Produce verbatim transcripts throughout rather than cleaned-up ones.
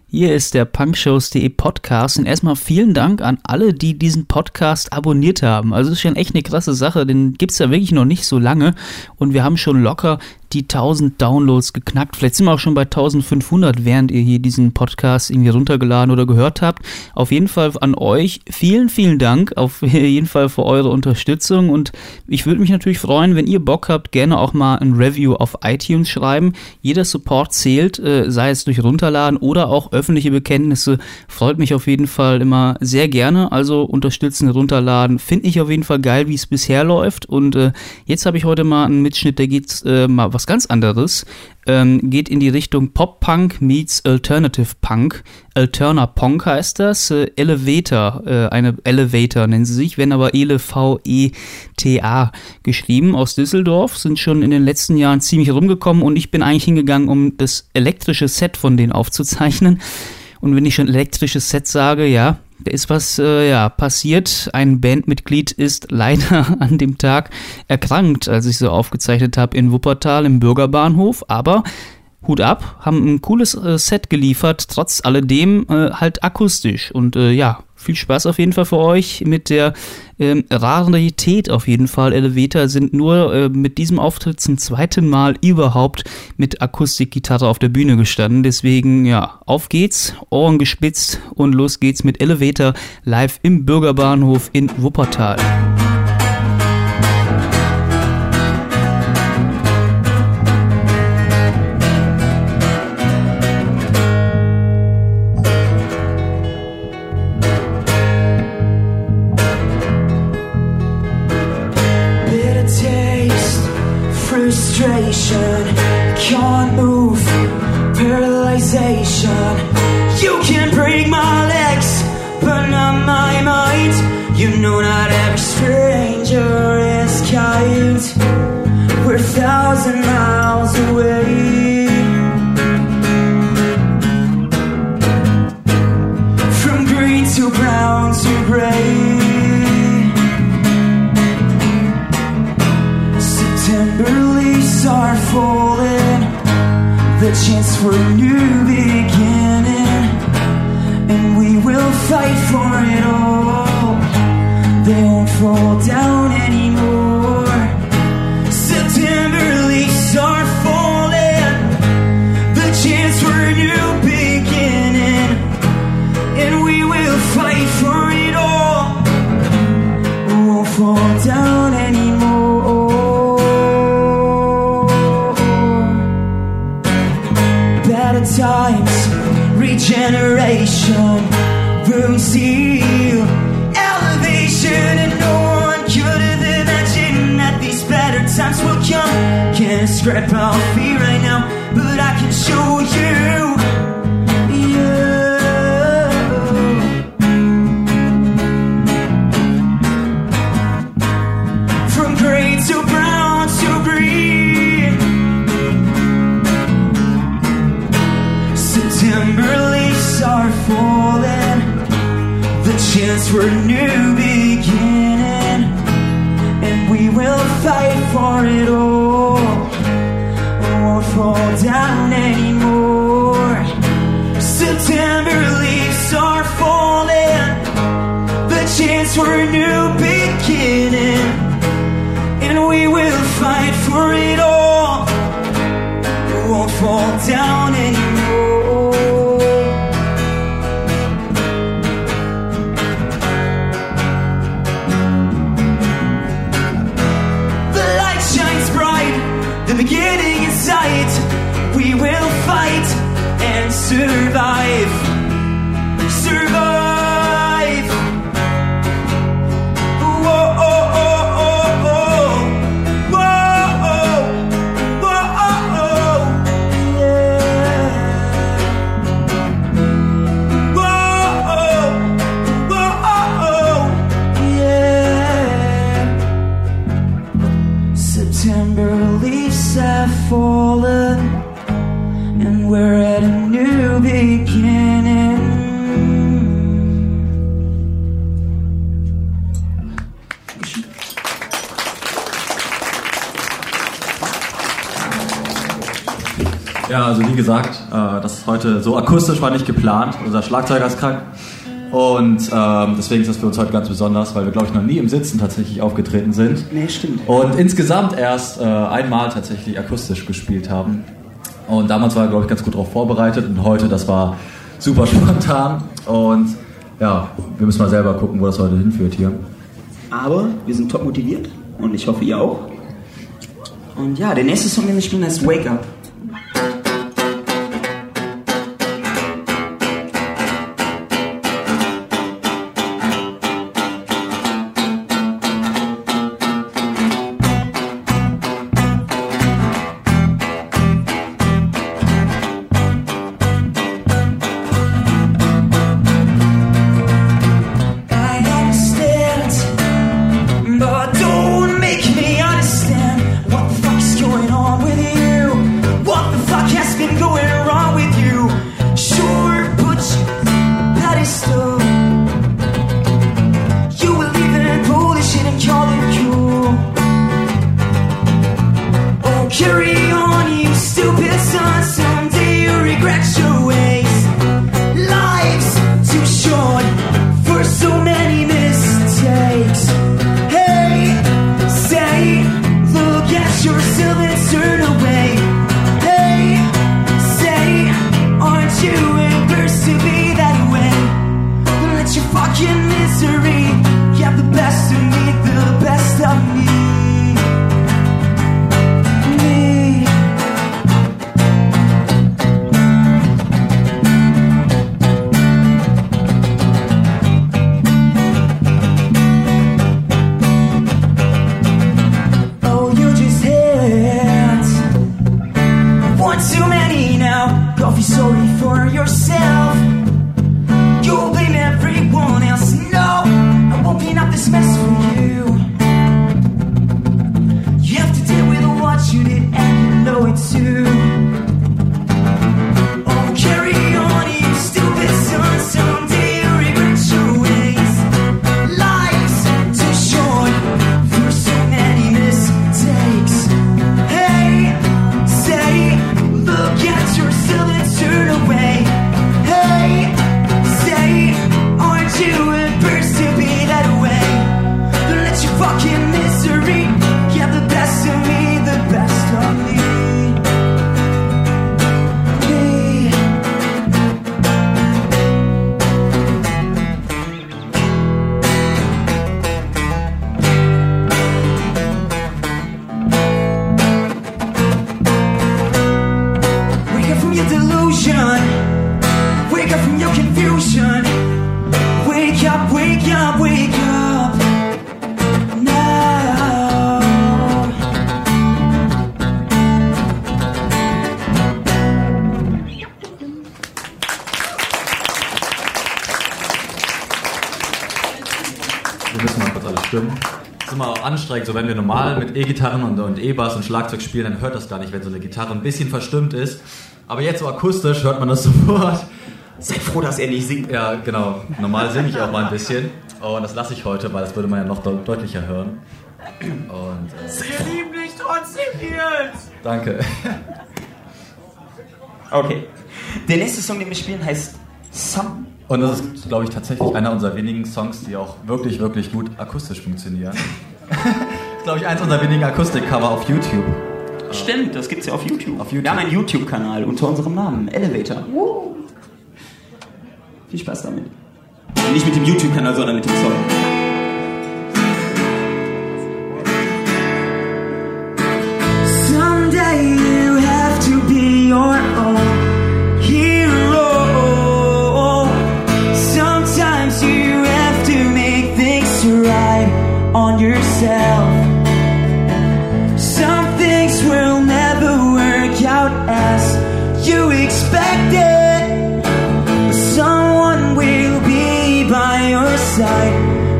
Hier ist der punkshows punkt de Podcast und erstmal vielen Dank an alle, die diesen Podcast abonniert haben. Also das ist schon echt eine krasse Sache, den gibt es ja wirklich noch nicht so lange und wir haben schon locker die tausend Downloads geknackt. Vielleicht sind wir auch schon bei eintausendfünfhundert, während ihr hier diesen Podcast irgendwie runtergeladen oder gehört habt. Auf jeden Fall an euch vielen, vielen Dank auf jeden Fall für eure Unterstützung und ich würde mich natürlich freuen, wenn ihr Bock habt, gerne auch mal ein Review auf iTunes schreiben. Jeder Support zählt, äh, sei es durch Runterladen oder auch öffentliche Bekenntnisse. Freut mich auf jeden Fall immer sehr gerne. Also unterstützen, runterladen. Finde ich auf jeden Fall geil, wie es bisher läuft. Und äh, jetzt habe ich heute mal einen Mitschnitt, der geht äh, mal was ganz anderes. Ähm, geht in die Richtung Pop-Punk meets Alternative Punk. Alterna Punk heißt das. Äh, Elevator, äh, eine Elevator nennen sie sich, wenn aber Ele V E T A geschrieben, aus Düsseldorf, sind schon in den letzten Jahren ziemlich rumgekommen und ich bin eigentlich hingegangen, um das elektrische Set von denen aufzuzeichnen. Und wenn ich schon elektrisches Set sage, ja, da ist was äh, ja, passiert. Ein Bandmitglied ist leider an dem Tag erkrankt, als ich so aufgezeichnet habe in Wuppertal im Bürgerbahnhof. Aber Hut ab, haben ein cooles äh, Set geliefert, trotz alledem äh, halt akustisch. Und äh, ja, viel Spaß auf jeden Fall für euch mit der ähm, Rarität auf jeden Fall. Elevator sind nur äh, mit diesem Auftritt zum zweiten Mal überhaupt mit Akustikgitarre auf der Bühne gestanden. Deswegen, ja, auf geht's, Ohren gespitzt und los geht's mit Elevator live im Bürgerbahnhof in Wuppertal. Frustration, can't move, paralyzation. You can break my legs, but not my mind. You know not every stranger is kind. We're a thousand miles away from green to brown to gray. Are falling, the chance for a new beginning, and we will fight for it all. They won't fall down anymore. September leaves are falling, the chance for a new beginning, and we will fight for it all. We won't fall down anymore. Times, regeneration, room seal, elevation, and no one could have imagined that these better times will come. Can't scrap off me right now, but I can show you. From gray to brown to green, September leaves are falling, the chance for a new beginning, and we will fight for it all. We won't fall down anymore. September leaves are falling, the chance for a new beginning, and we will fight for it all. We won't fall down anymore. The beginning in sight, we will fight and survive, survive. Whoa, oh, oh, oh, oh. Whoa, oh, whoa, oh, oh. Yeah. Whoa, oh, whoa, oh, oh. Yeah. September leaves have fallen, and we're at a new beginning. Ja, also wie gesagt, äh, das ist heute so akustisch war nicht geplant. Unser Schlagzeuger ist krank. Und ähm, deswegen ist das für uns heute ganz besonders, weil wir, glaube ich, noch nie im Sitzen tatsächlich aufgetreten sind. Nee, stimmt. Und insgesamt erst äh, einmal tatsächlich akustisch gespielt haben. Und damals war er, glaube ich, ganz gut darauf vorbereitet. Und heute, das war super spontan. Und ja, wir müssen mal selber gucken, wo das heute hinführt hier. Aber wir sind top motiviert und ich hoffe, ihr auch. Und ja, der nächste Song, den wir spielen, heißt Wake Up. So, wenn wir normal mit E-Gitarren und, und E-Bass und Schlagzeug spielen, dann hört das gar nicht, wenn so eine Gitarre ein bisschen verstimmt ist. Aber jetzt so akustisch hört man das sofort. Seid froh, dass er nicht singt. Ja, genau. Normal singe ich auch mal ein bisschen. Und das lasse ich heute, weil das würde man ja noch de- deutlicher hören. Und, äh, wir lieben dich trotzdem, Nils! Danke. Okay. Der nächste Song, den wir spielen, heißt Some. Und das ist, glaube ich, tatsächlich einer unserer wenigen Songs, die auch wirklich, wirklich gut akustisch funktionieren. Das ist, glaube ich, eins unserer wenigen Akustik-Cover auf YouTube. Stimmt, das gibt's ja auf YouTube. Auf YouTube. Wir haben einen YouTube-Kanal unter unserem Namen, Elevator. Woo. Viel Spaß damit. Nicht mit dem YouTube-Kanal, sondern mit dem Song. Someday you have to be your own hero. Sometimes you have to make things right on yourself. Some things will never work out as you expected, but someone will be by your side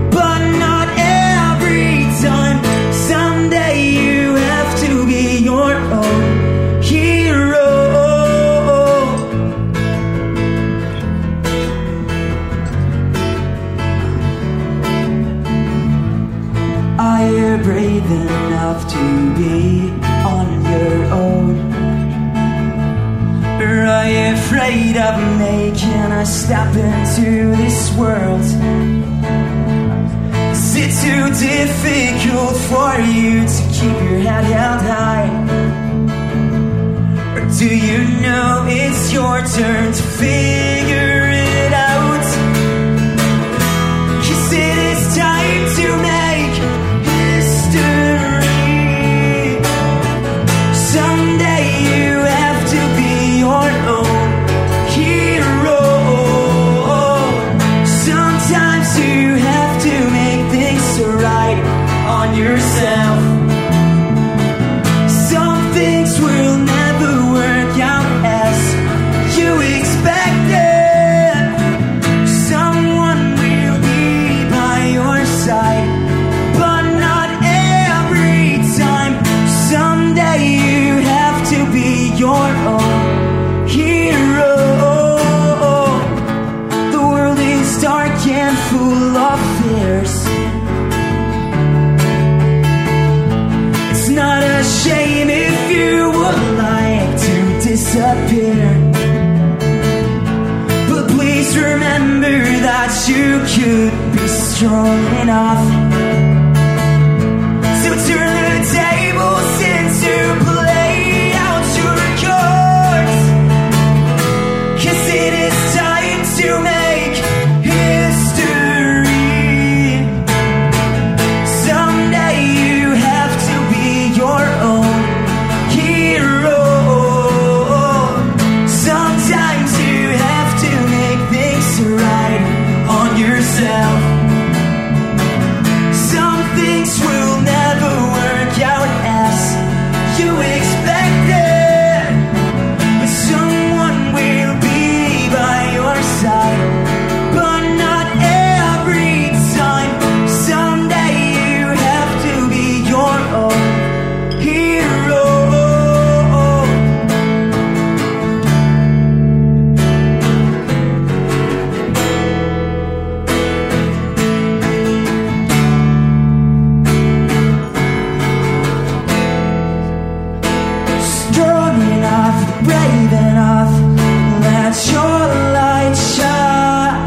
afraid of making a step into this world? Is it too difficult for you to keep your head held high? Or do you know it's your turn to figure it out? 'Cause it is time to make history. Someday you have to be your own hero. Sometimes you have to make things right on yourself. Some things will never work out as you expected. Someone will be by your side, but not every time. Someday you have to be your own hero. The world is dark and full of fears. It's not a shame if you would like to disappear, but please remember that you could be strong enough. So turn the tables into play out your cards. 'Cause it is time to make history. Someday you have to be your own hero. Sometimes you have to make things right on yourself. Some things will never work out as you expected, but someone will be by your side, but not every time. Someday you have to be your own hero. Strong enough, brave enough, let your light shine.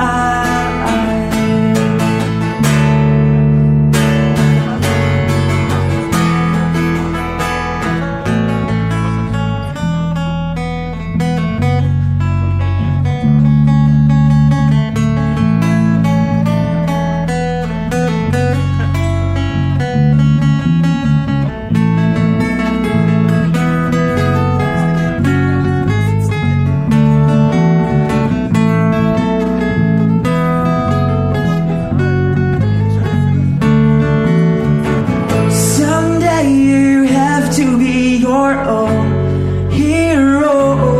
Someday you have to be your own hero.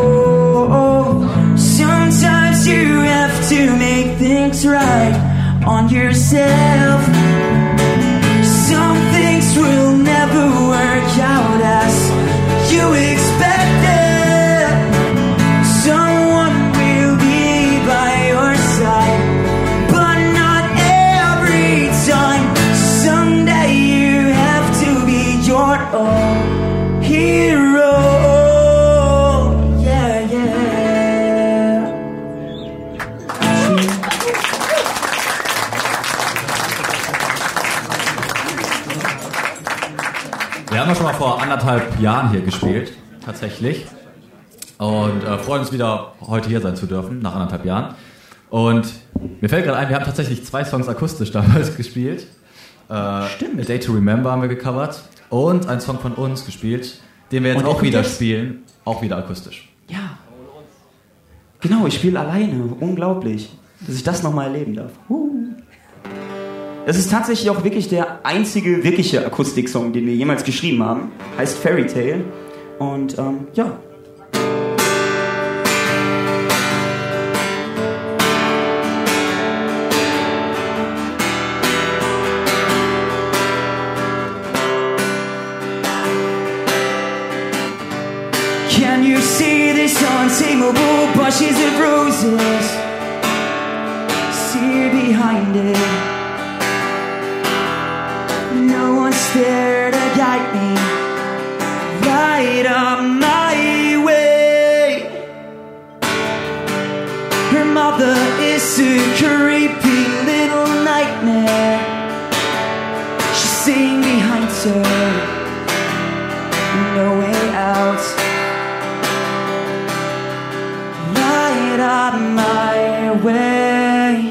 Sometimes you have to make things right on yourself. Some things will never work out as you expected. Someone will be by your side, but not every time. Someday you have to be your own hero. Yeah, yeah. Wir haben ja schon mal vor anderthalb Jahren hier gespielt, tatsächlich. Und äh, freuen uns wieder, heute hier sein zu dürfen, nach anderthalb Jahren. Und mir fällt gerade ein, wir haben tatsächlich zwei Songs akustisch damals gespielt. Äh, Stimmt. A Day to Remember haben wir gecovert. Und einen Song von uns gespielt, den wir jetzt Und auch wieder jetzt? spielen, auch wieder akustisch. Ja. Genau, ich spiele alleine. Unglaublich, dass ich das nochmal erleben darf. Uh. Das ist tatsächlich auch wirklich der einzige wirkliche Akustiksong, den wir jemals geschrieben haben. Heißt Fairy Tale. Und ähm, ja. Can you see this untamable bushes of roses? See behind it. No one's there to guide me right up my way. mother is a creepy little nightmare. She's sitting behind her, no way out. Light up my way.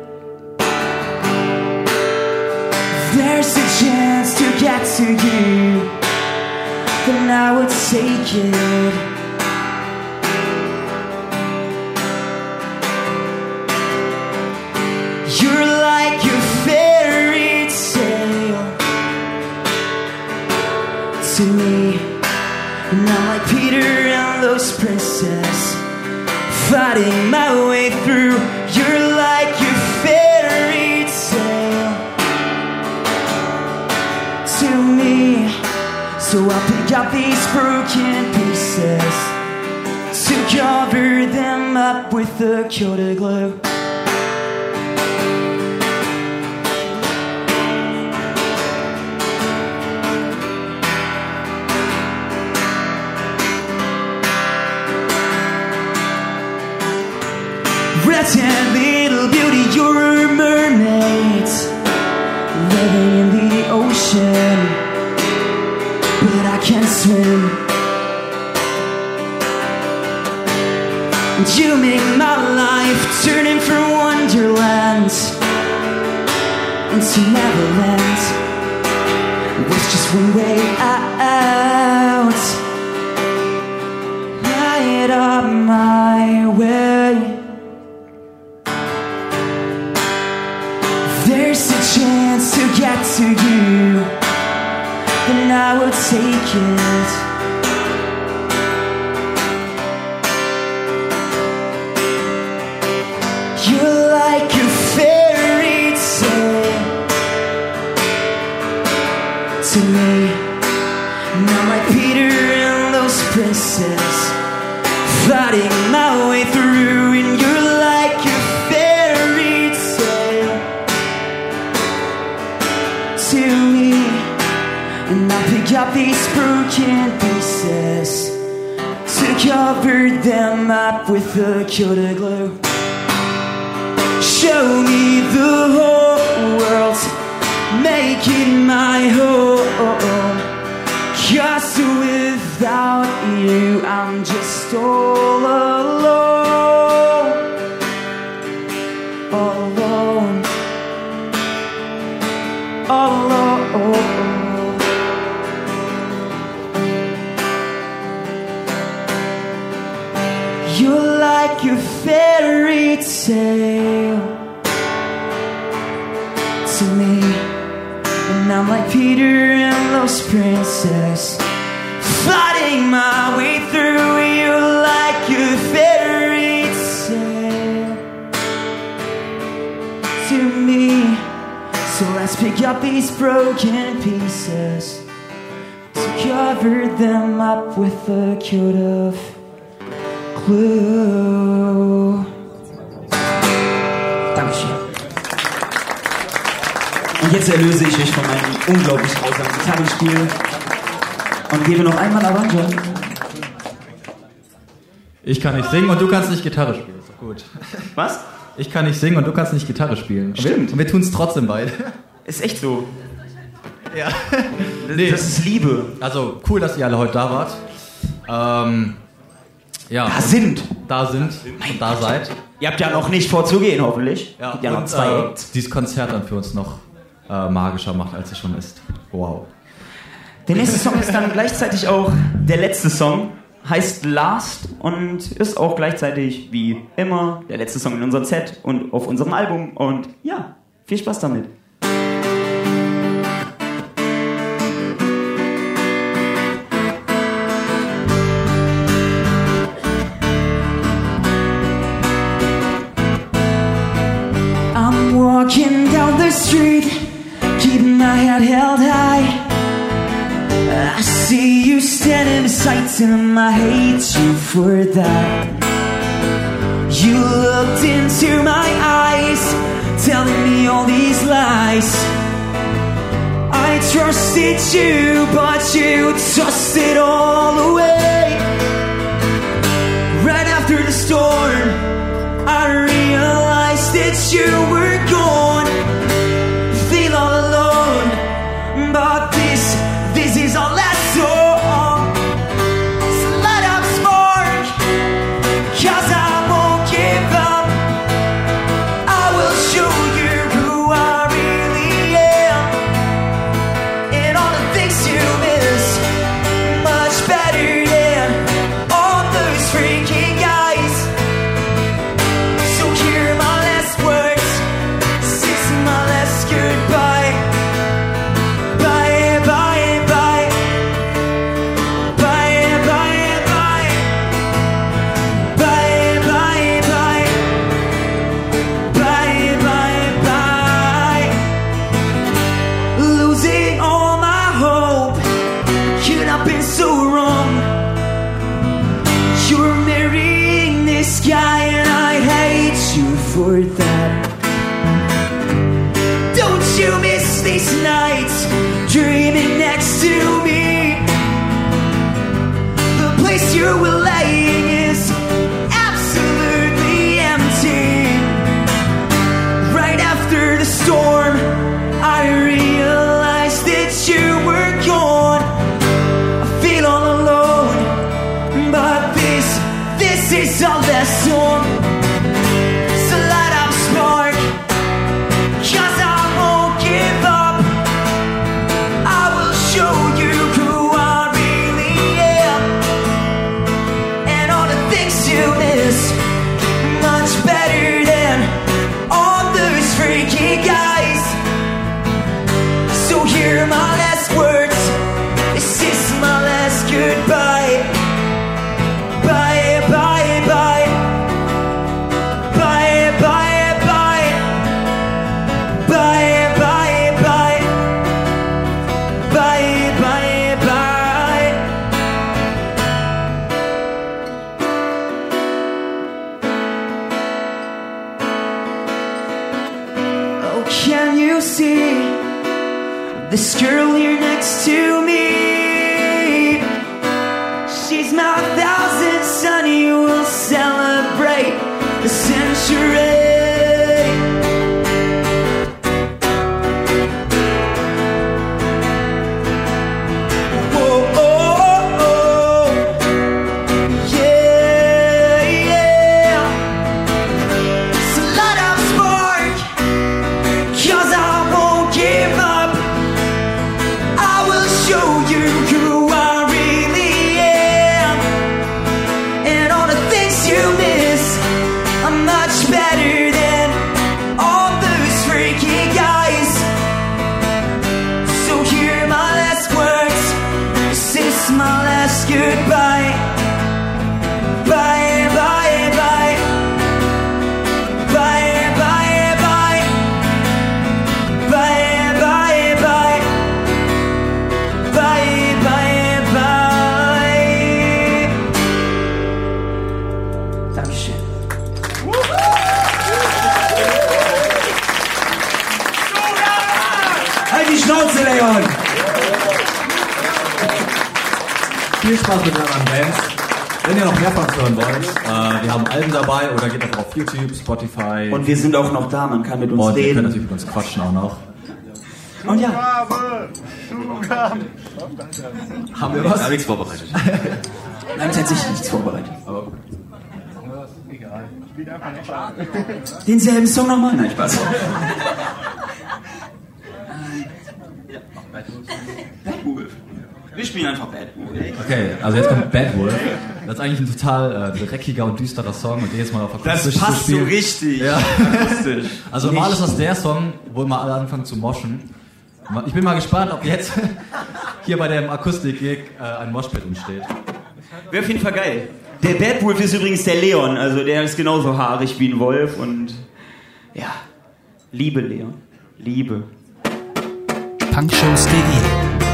There's a chance to get to you, then I would take it. You're like a fairy tale to me, and I'm like Peter and those princess, fighting my way through. You're like a fairy tale to me, so I'll pick up these broken pieces to cover them up with the coat of glue. Red-haired little beauty, you're a mermaid living in the ocean, but I can't swim. And you make my life turning from Wonderland into Neverland, with just one way out. Light up my way. There's a chance to get to you, then I will take it. You're like a fairy tale to me, and I'm like Peter and those princess, fighting my way through. And you're like a fairy tale to me, and I pick up these broken pieces to cover them up with a coat of glue. Show me the whole world, make it my home, 'cause without you I'm just all alone, all alone, all alone. You're like a fairy tale to me, and I'm like Peter and those princess, fighting my way through. You're like a fairy tale to me, so let's pick up these broken pieces to cover them up with a coat of glue. Dankeschön. Und jetzt erlöse ich euch von meinem unglaublich grausamen Gitarrenspiel und gebe noch einmal Arranjo. Ich kann nicht singen und du kannst nicht Gitarre spielen. Ist doch gut. Was? Ich kann nicht singen und du kannst nicht Gitarre spielen. Und Stimmt. Wir, und wir tun es trotzdem beide. Ist echt so. Ja. Das, Nee. das ist Liebe. Also cool, dass ihr alle heute da wart. Ähm, ja. Da sind. Da sind und da seid. Ihr habt ja noch nicht vorzugehen, hoffentlich. Ja, ja noch und, zwei äh, Acts. dieses Konzert dann für uns noch äh, magischer macht, als es schon ist. Wow. Der nächste Song ist dann gleichzeitig auch der letzte Song. Heißt Last und ist auch gleichzeitig wie immer der letzte Song in unserem Set und auf unserem Album. Und ja, viel Spaß damit. I'm walking down the street, keeping my head held high. I see you standing beside him, I hate you for that. You looked into my eyes, telling me all these lies. I trusted you, but you tossed it all away. Right after the storm, I realized you were gone. Feel all alone, but this, this is our last song. So light up spark, 'cause I won't give up. I will show you who I really am, and all the things you miss, much better than all those freaky guys. So hear my last words, this is my last goodbye. Bye, bye, bye. Bye, bye, bye. Bye, bye, bye. Bye, bye, bye. Losing all my hope, you've not been so wrong. You're marrying this guy and I hate you for that. Don't you miss these nights dreaming next to me? The place you were laying is absolutely empty. Right after the storm, I realized that you were gone. I feel all alone, but this, this is all that song. So light up spark, 'cause I won't give up. I will show you who I really am, and all the things you miss, much better than all those freaky guys. So hear my last words, this is my last goodbye. Bye, bye, bye. Bye, bye, bye. Bye, bye, bye. Bye, bye, bye. Oh, can you see this girl here next to me? She's my thousand son, you will celebrate the century. Whoa, oh, oh, yeah, yeah. So light up spark, 'cause I won't give up. I will show you who I really am, and all the things you miss are much better than all those freaky guys. So hear my last words, this is my last goodbye. Bye, bye, bye. Bye, bye, bye. Bye, bye, bye. Bye, bye, bye. Dankeschön. Halt die Schnauze, Leon! Viel Spaß mit euren Bands. Wenn ihr noch mehr von uns hören wollt, äh, wir haben Alben dabei oder geht einfach auf YouTube, Spotify. Und wir sind auch noch da, man kann mit uns Und ihr könnt reden. natürlich mit uns quatschen auch noch. Und ja, Haben wir was? Ich habe nichts vorbereitet. nein, tatsächlich nichts vorbereitet. Aber gut. Denselben Song nochmal? Nein, Spaß. Bad Wolf. Wir spielen einfach Bad Wolf. Okay, also jetzt kommt Bad Wolf. Das ist eigentlich ein total äh, dreckiger und düsterer Song und jedes Mal auf akustisch Das passt zu spielen. so richtig. Ja. Akustisch. Also normal ist das der Song, wo immer alle anfangen zu moschen. Ich bin mal gespannt, ob jetzt hier bei dem Akustik-Gig äh, ein Moshpit entsteht. Wäre auf jeden Fall geil. Der Bad Wolf ist übrigens der Leon, also der ist genauso haarig wie ein Wolf und ja, Liebe Leon, Liebe. punkshows punkt de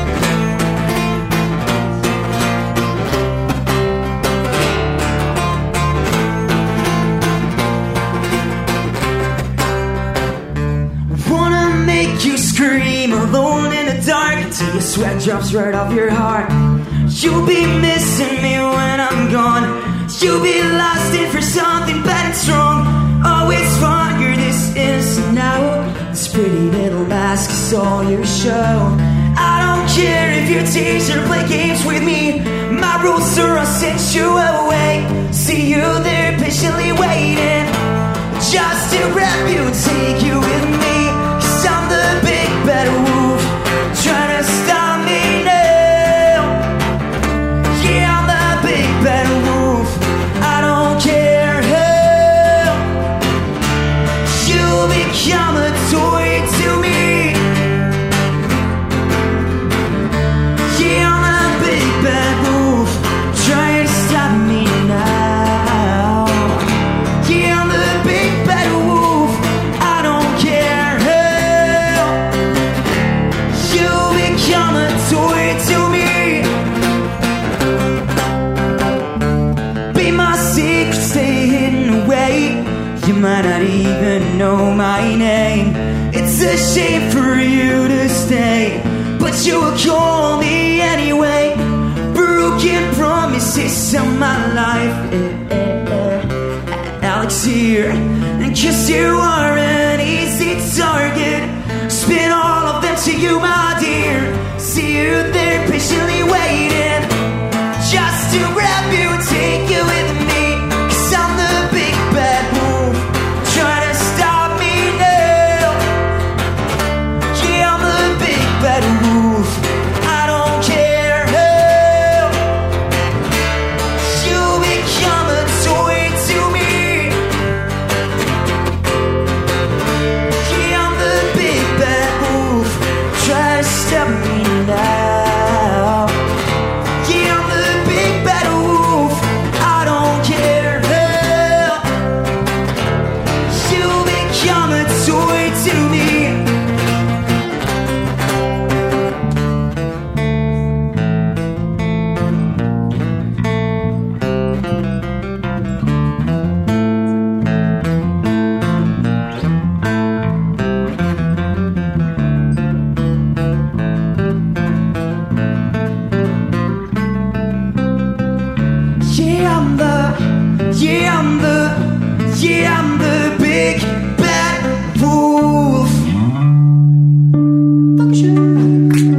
Wanna make you scream alone in the dark until your sweat drops right off your heart. You'll be missing me when I'm gone. You'll be lost in for something bad and strong. Oh, it's fun, you're this in saw your show. I don't care if your teacher play games with me. My rules are I'll send you away. See you there patiently waiting, just to grab you, take you with me. Cause I'm the big bad wolf, trying to stop me now. Yeah, I'm the big bad wolf, I don't care how. You become a toy to me. Yeah, I'm the big bad wolf, trying to stop me now. Yeah, I'm the big bad wolf, I don't care how. You become a toy to me. Be my secret, stay hidden away. You might not even know my name. It's a shame for you to stay, but you will call me anyway. Broken promises of my life, eh, eh, eh. Alex here, and cause you are an easy target, spin all of them to you, my dear. See you there patiently waiting, just to grab you, take you with me. Cause I'm the big bad wolf, try to stop me now. Yeah, I'm the big bad wolf, I don't care how. You become a toy to me. Yeah, I'm the big bad wolf, try to stop me now. Yeah, I'm the big bad wolf, I don't care how. You become a toy to me. Yeah, I'm the, yeah, I'm the, yeah, I'm the big bad wolf. Dankeschön.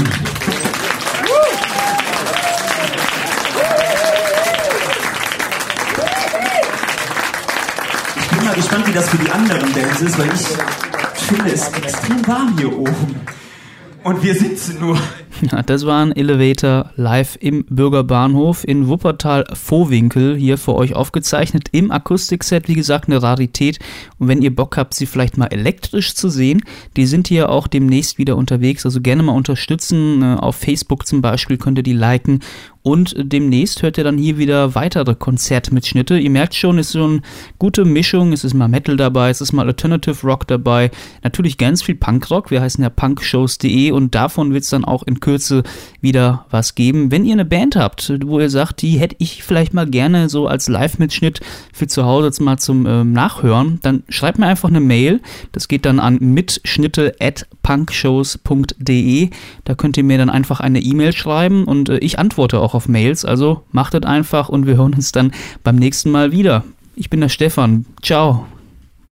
Ich bin mal gespannt, wie das für die anderen Bands ist, weil ich finde es extrem warm hier oben. Und wir sitzen nur. Ja, das war ein Elevator live im Bürgerbahnhof in Wuppertal-Vohwinkel hier für euch aufgezeichnet im Akustikset, wie gesagt eine Rarität, und wenn ihr Bock habt, sie vielleicht mal elektrisch zu sehen, die sind hier auch demnächst wieder unterwegs, also gerne mal unterstützen, auf Facebook zum Beispiel könnt ihr die liken und demnächst hört ihr dann hier wieder weitere Konzertmitschnitte. Ihr merkt schon, es ist so eine gute Mischung, es ist mal Metal dabei, es ist mal Alternative Rock dabei, natürlich ganz viel Punkrock, wir heißen ja punkshows punkt de und davon wird es dann auch in Kürze wieder was geben. Wenn ihr eine Band habt, wo ihr sagt, die hätte ich vielleicht mal gerne so als Live-Mitschnitt für zu Hause jetzt mal zum ähm, Nachhören, dann schreibt mir einfach eine Mail, das geht dann an mitschnitte at punkshows punkt de, da könnt ihr mir dann einfach eine E-Mail schreiben und äh, ich antworte auch auf Mails, also macht das einfach und wir hören uns dann beim nächsten Mal wieder. Ich bin der Stefan, ciao.